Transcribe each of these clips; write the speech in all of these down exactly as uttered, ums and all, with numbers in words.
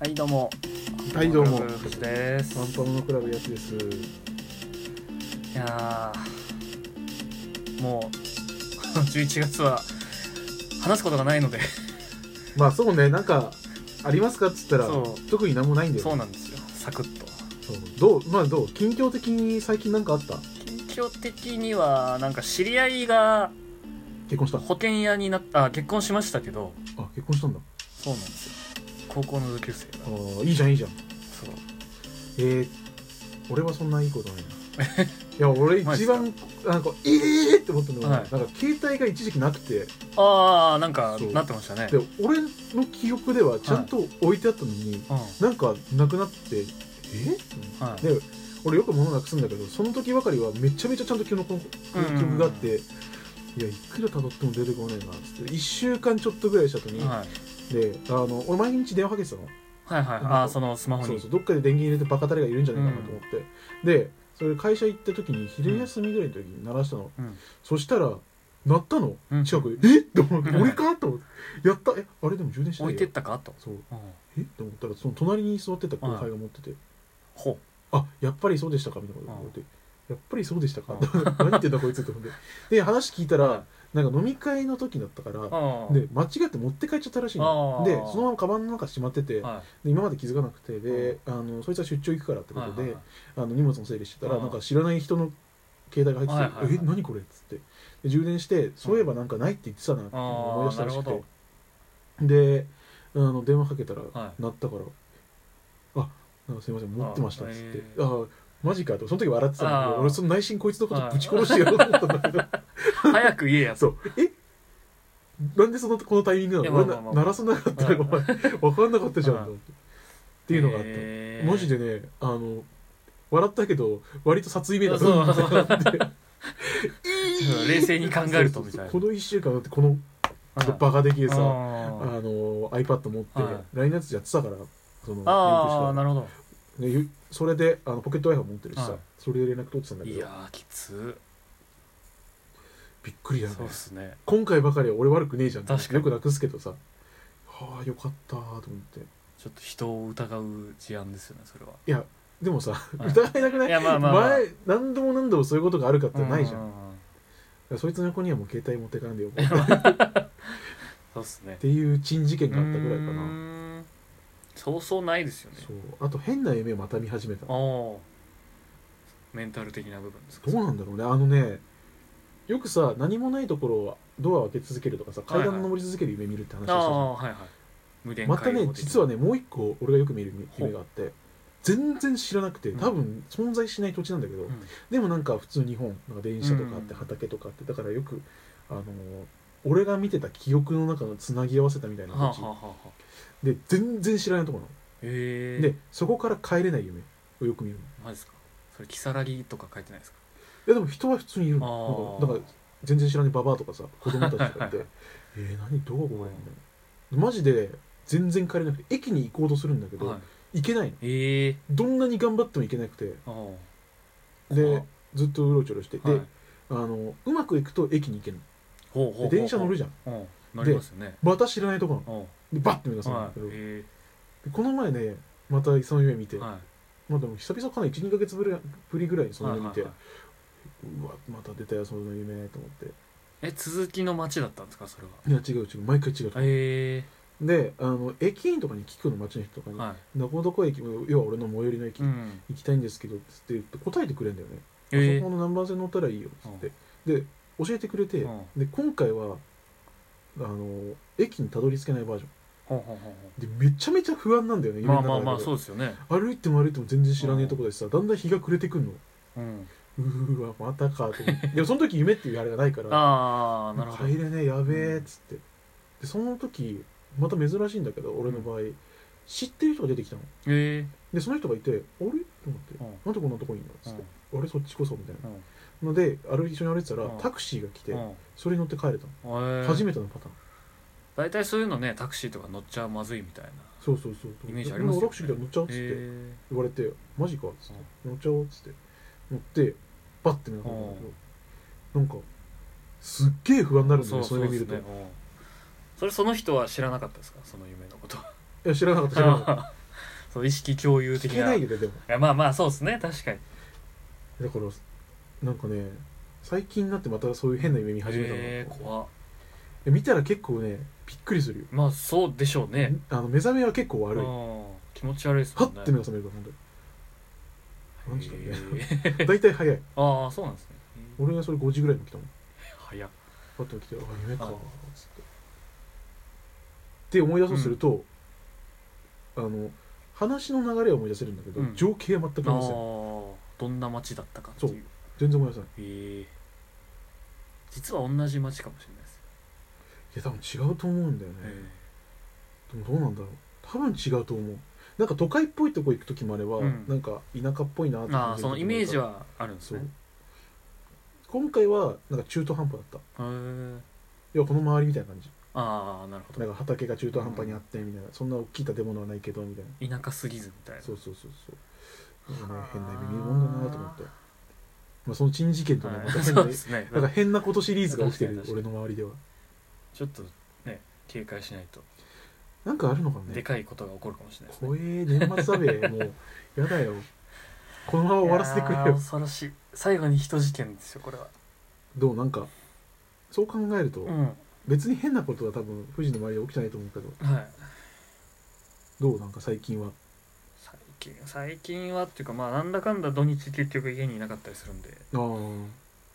はいどうもはいどうも藤です。 ワンパムのクラブやつです。 いやーもうじゅういちがつは話すことがないのでまあそうね、なんかありますかっつったらそう特になんもないんだよ。 そうなんですよ、サクッと。 そうどうまあどう近況的に最近なんかあった？ 近況的にはなんか知り合いが結婚した？ 保険屋になったあ結婚しましたけど。 あ、結婚したんだ。 そうなんですよ、高校の同級生が。 ああ、いいじゃんいいじゃん。 そうえー、俺はそんないいことないな。いや俺一番なんかええーって思ったのは、はい、なんか携帯が一時期なくて、 ああなんかなってましたね。 で俺の記憶ではちゃんと置いてあったのに、はい、なんかなくなってえー、はい、で俺よく物なくすんだけど、その時ばかりはめちゃめちゃちゃんと記憶があって、いやいくら辿っても出てこないなっつっていっしゅうかんちょっとぐらいした後に、はい、であの俺毎日電話かけてたの。 はいはい、ああそのスマホにそうそう、どっかで電源入れてバカタレがいるんじゃないかなと思って、うん、でそれ会社行った時に昼休みぐらいの時に鳴らしたの、うん、そしたら鳴ったの、うん、近くで、えっと思って、俺かと思ってやった、えあれでも充電してないよ、 置いてったかと、 そう、うん、えっと思ったらその隣に座ってた後輩が持ってて、うん、 ほう、 あやっぱりそうでしたかみたいなこと言われて、やっぱりそうでしたか、何言ってんだこいつって思って、で話聞いたらなんか飲み会の時だったからで間違って持って帰っちゃったらしいので、そのままカバンの中しまってて、で今まで気づかなくて、であのそいつは出張行くからってことであの荷物の整理してたらなんか知らない人の携帯が入ってて、え何これっつってで充電して、そういえばなんかないって言ってたなって思い出したらしくて、であの電話かけたら鳴ったから、あなんかすいません持ってましたっつって、あマジかとその時笑ってたんだけど、俺その内心こいつのことぶち殺してやろうと思ったんだけど早く言えや。 そうえなんでそのこのタイミングなの、俺な鳴らさなかったらごめん分かんなかったじゃんと思ってっていうのがあった。マジでね、あの笑ったけど割と殺意めだった冷静に考えるとみたいな。 このいっしゅうかんだってこのバカ的でさ、あの iPad 持って ライン のやつやってたから、そのああなるほど。 でそれであのポケット Wi-Fi 持ってるしさ、それで連絡取ってたんだけど、 いやーきつびっくりだね。 そうっすね、 今回ばかりは俺悪くねえじゃん、 確かによくなくすけどさ、はあよかったと思って。 ちょっと人を疑う事案ですよねそれは。 いやでもさ、はい、疑いなくない？いやまあまあ、まあ、前何度も何度もそういうことがあるかってないじゃん。んそいつの横にはもう携帯持ってかんでよそうっすねっていう珍事件があったぐらいかな。 そうそうないですよね。 そうあと変な夢をまた見始めた。 メンタル的な部分ですか。 どうなんだろうね。あのねよくさ何もないところをドアを開け続けるとかさ、階段を上り続ける夢見るって話をしたじゃん、はいはい、無限またね実はねもう一個俺がよく見る夢があって、全然知らなくて多分存在しない土地なんだけど、うん、でもなんか普通日本なんか電車とかあって畑とかあって、だからよくあのー、俺が見てた記憶の中のつなぎ合わせたみたいな土地で全然知らないところなの。へー。でそこから帰れない夢をよく見るの。 マジですか。それ如月とか書いてないですか。 いやでも人は普通にいるの。なんかだから全然知らないババアとかさ子供たちとかいてえー何どこが怖いんだよマジで。全然帰れなくて駅に行こうとするんだけど、はい、行けないの、えー、どんなに頑張っても行けなくて、でずっとうろちょろして、はい、であのうまくいくと駅に行けるの。電車乗るじゃん、乗りますよね。また知らないところでバッて目指すんだけど、はい、でこの前ねまたその夢見て、はい、まあでも久々かな いち,に ヶ月ぶりぐらいにその夢見て、はいはいはい、うわまた出たよその夢と思って。 え続きの街だったんですかそれは。 いや違う違う毎回違う。へえ。であの駅員とかに聞くの街の人とかに、はい、どこどこ駅要は俺の最寄りの駅、うん、行きたいんですけどって言って答えてくれるんだよね、えー、あそこの何番線乗ったらいいよっつって、うん、で教えてくれて、うん、で今回はあの駅にたどり着けないバージョン、うん、でめちゃめちゃ不安なんだよね。 まあまあまあそうですよね。 歩いても歩いても全然知らねえとこでさ、うん、だんだん日が暮れてくんの、うん、うわまたかと思ってでもその時夢っていうあれがないからあなるほど帰れねえやべえっつって、でその時また珍しいんだけど俺の場合、うん、知ってる人が出てきたの、えー、でその人がいてあれと思って、うん、なんでこんなとこにいんだっつって、うん、あれそっちこそみたいな、うん、ので歩一緒に歩いてたら、うん、タクシーが来て、うん、それに乗って帰れたの、えー、初めてのパターン。 大体そういうのねタクシーとか乗っちゃまずいみたいなそうそうそうイメージありますよね。タクシーで乗っちゃうっつって言われて、えー、マジかっつって、うん、乗っちゃおうっつって乗ってバッてなったんだけど、なんかすっげえ不安になるんだよそれ見ると。 それその人は知らなかったですかその夢のことは。 いや知らなかった知らなかったそう意識共有的な。 聞けないよねでも。 いやまあまあそうですね確かに。 だからなんかね最近になってまたそういう変な夢見始めたの。 えー、怖っ。 見たら結構ねびっくりするよ。 まあそうでしょうね。 あの目覚めは結構悪い。 気持ち悪いですもんね。 はって目が覚めるから本当に。何時だっけ。 えー、 大体早い。 ああそうなんですね。 俺がそれごじぐらいに起きたもん。 早っ。 パッと起きて、あ夢かあーつってで思い出そうとすると、うん、あの話の流れは思い出せるんだけど、うん、情景は全く思い出せない。 どんな街だったかっていう。そう全然思い出せない。 えー、実は同じ街かもしれないです。 いや多分違うと思うんだよね、えー、でもどうなんだろう。多分違うと思う。なんか都会っぽいとこ行く時もあれば、うん、なんか田舎っぽいなってあそのイメージはあるんですね。 今回はなんか中途半端だった。へえ。いやこの周りみたいな感じ。 ああなるほど。 なんか畑が中途半端にあってみたいな、うん、そんな大きい建物はないけどみたいな。田舎すぎずみたいな。 そうそうそうそう。なんかね変な夢見るもんだなと思って。まあその珍事件とねまた変な、ね、なんか変なことシリーズが起きてる俺の周りでは。 ちょっとね警戒しないと。 なんかあるのかね。 でかいことが起こるかもしれないですね。 怖え年末だべもうやだよ。このまま終わらせてくれよ。 恐ろしい。最後に一事件ですよこれは。 どうなんかそう考えると、 うん、 別に変なことは多分富士の周りで起きてないと思うけど、はい、どうなんか最近は。 最近最近はっていうかまあなんだかんだ土日結局家にいなかったりするんで、ああ、うん、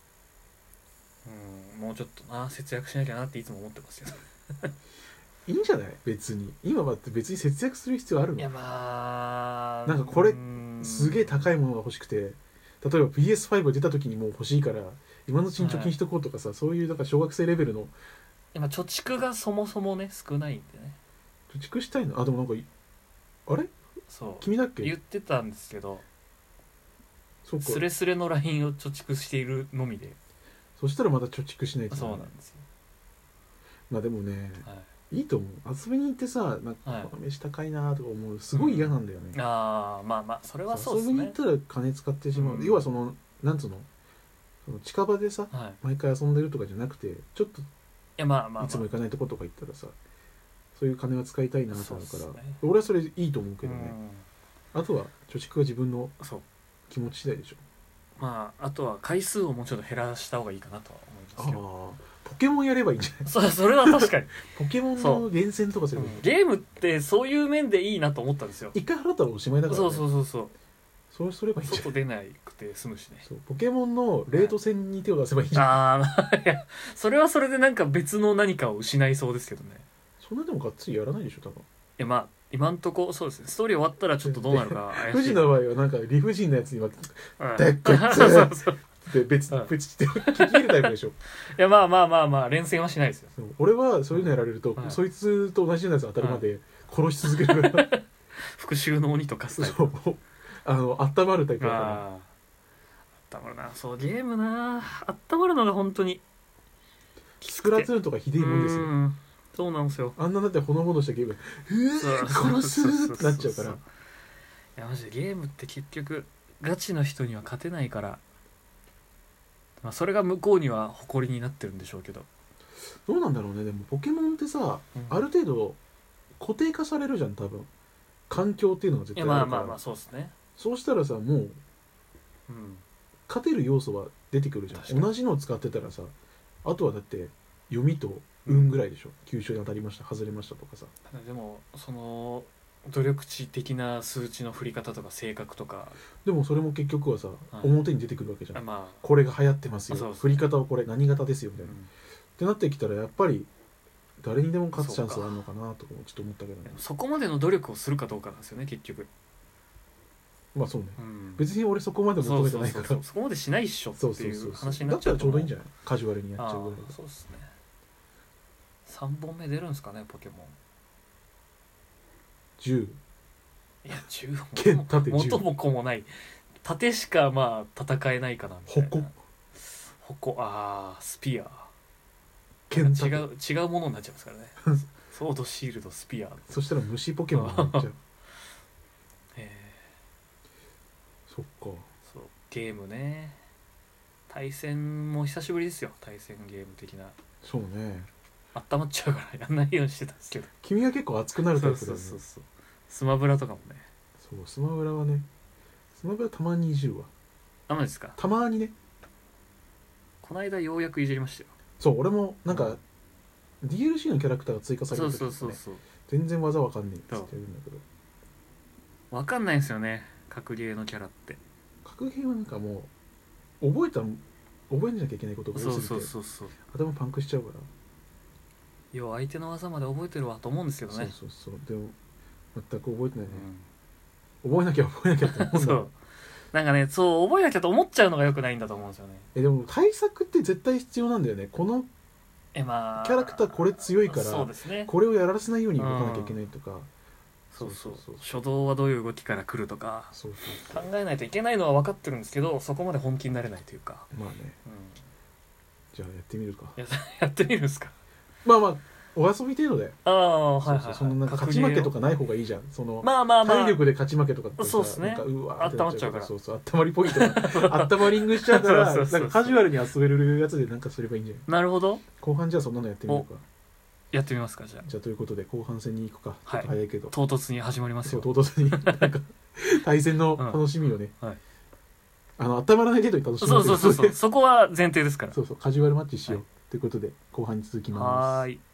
もうちょっとな節約しなきゃなっていつも思ってますよ。 いいんじゃない別に今はって別に節約する必要あるの。 いやまあなんかこれすげえ高いものが欲しくて、例えば ピーエスファイブ が出た時にもう欲しいから今のうちに貯金しとこうとかさ、はい、そういうなんか小学生レベルの今貯蓄がそもそもね少ないんでね。 貯蓄したいの。あでもなんかあれそう君だっけ言ってたんですけど、 そうかスレスレの ライン を貯蓄しているのみで。 そしたらまた貯蓄しないと、ね、 そうなんですよ。 まあでもね、はい、いいと思う。遊びに行ってさなんか、はい、飯高いなとか思うすごい嫌なんだよね、 うん、ああまあまあそれはそうですね。 遊びに行ったら金使ってしまう、うん、要はそのなんつうのその近場でさ、はい、毎回遊んでるとかじゃなくてちょっといやまあまあ、まあ、いつも行かないとことか行ったらさそういう金は使いたいなと思うから、ね、俺はそれいいと思うけどね、うん、あとは貯蓄は自分の気持ち次第でしょ。 まああとは回数をもうちょっと減らした方がいいかなとは思いますけど。 あポケモンやればいいんじゃない。 そ, それは確かにポケモンの厳選とかすればいい、 うん、ゲームってそういう面でいいなと思ったんですよ。 一回払ったらおしまいだから、ね、 そうそうそうそうそうすればいいんじゃない。 外出なくて済むしね。 そうポケモンのレート戦に手を出せばいいんじゃない、 はい、ああいやそれはそれでなんか別の何かを失いそうですけどね。 そんなでもがっつりやらないでしょ多分。いやまあ今んとこそうですね。ストーリー終わったらちょっとどうなるか怪しい。 富士の場合はなんか理不尽なやつにはでっこいつそうそうで別にプチって聞き入るタイプでしょ。いやまあまあまあまあ連戦はしないですよ。 俺はそういうのやられると、はい、そいつと同じようなやつ当たるまで殺し続けるから復讐の鬼と化すタイプ。 そうあの温まるタイプだから。 あ温まるな。そうゲームな温まるのが本当にスプラトゥーンとかひでえもんですよ。 そうなんですよ。 あんなだってほのぼのしたゲームうわ殺すってなっちゃうから。いやマジでゲームって結局ガチの人には勝てないから、まあ、それが向こうには誇りになってるんでしょうけど。 どうなんだろうね。でもポケモンってさ、うん、ある程度固定化されるじゃん多分。環境っていうのが絶対あるから。いやまあまあまあそうですね。そうしたらさもう、うん、勝てる要素は出てくるじゃん。同じのを使ってたらさあとはだって読みと運ぐらいでしょ、うん、急所に当たりました外れましたとかさ。 でもその努力値的な数値の振り方とか性格とかでもそれも結局はさ、はい、表に出てくるわけじゃん、まあ、これが流行ってますよ、振り方はこれ何型ですよみたいな、うん、ってなってきたらやっぱり誰にでも勝つチャンスはあるのかなとかちょっと思ったけどね。 そこまでの努力をするかどうかなんですよね結局。 まあそうね、うん、別に俺そこまで求めてないから。 そうそうそうそうそこまでしないっしょっていう話になっちゃうと。 だったらちょうどいいんじゃないカジュアルにやっちゃうぐらいで。 そうですね。さんぼんめ出るんですかねポケモン。 じゅういやじゅうも縦じゅう元も子もない縦しかまあ戦えないかなみたいな。 矛矛ああスピア剣違う違うものになっちゃいますからね。ソードシールドスピアそしたら虫ポケモンになっちゃう。 えー、そっか。 そうゲームね対戦も久しぶりですよ。対戦ゲーム的な。 そうね温まっちゃうからやんないようにしてたんですけど。 君が結構熱くなるタイプだね。 そうそうそうそうスマブラとかもねそうスマブラはねスマブラたまにいじるわ。 あ、マジですか。 たまにね。 この間ようやくいじりましたよ。 そう俺もなんか ディーエルシー のキャラクターが追加されそうた時とかね、 そうそうそう。 全然技わかんねえっつってやるんだけど、 わかんないんですよね、格ゲーのキャラって。 格ゲーはなんかもう覚えた覚えなきゃいけないことが多すぎてそうそうそうそう。 頭パンクしちゃうから。 要は相手の技まで覚えてるわと思うんですけどね。 そうそうそうでも全く覚えてないね、 うん、 覚えなきゃ覚えなきゃって思うんだそうなんかね、そう覚えなきゃと思っちゃうのが良くないんだと思うんですよね。 えでも対策って絶対必要なんだよね。このえ、まあ、 キャラクターこれ強いからそうですね、 これをやらせないように動かなきゃいけないとか、うん、 そうそうそう初動はどういう動きから来るとかそうそうそう考えないといけないのは分かってるんですけど、そこまで本気になれないというか。 まあね、 うん、 じゃあやってみるか。 や, やってみるんですか。 まあまあお遊び程度で。 ああ、はいはい、はい、 そうそうそのなんか勝ち負けとかない方がいいじゃん。そのまあまあまあ体力で勝ち負けとかってさ、 そうですね、 なんかうわーって温まっちゃうから。 そうそう温まりポイントが温まりングしちゃうからそうそうそうそうなんかカジュアルに遊べるやつでなんかすればいいんじゃない。 なるほど。 後半じゃあそんなのやってみようか。 やってみますか。じゃあじゃあということで後半戦に行くか。ちょっと早いけど、 唐突に始まりますよ。 そう唐突になんか対戦の楽しみをね、 うん、はい、 あの温まらない程度に楽しみそうそうそうそうそこは前提ですから。 そうそうカジュアルマッチしようということで後半に続きます。 はーい。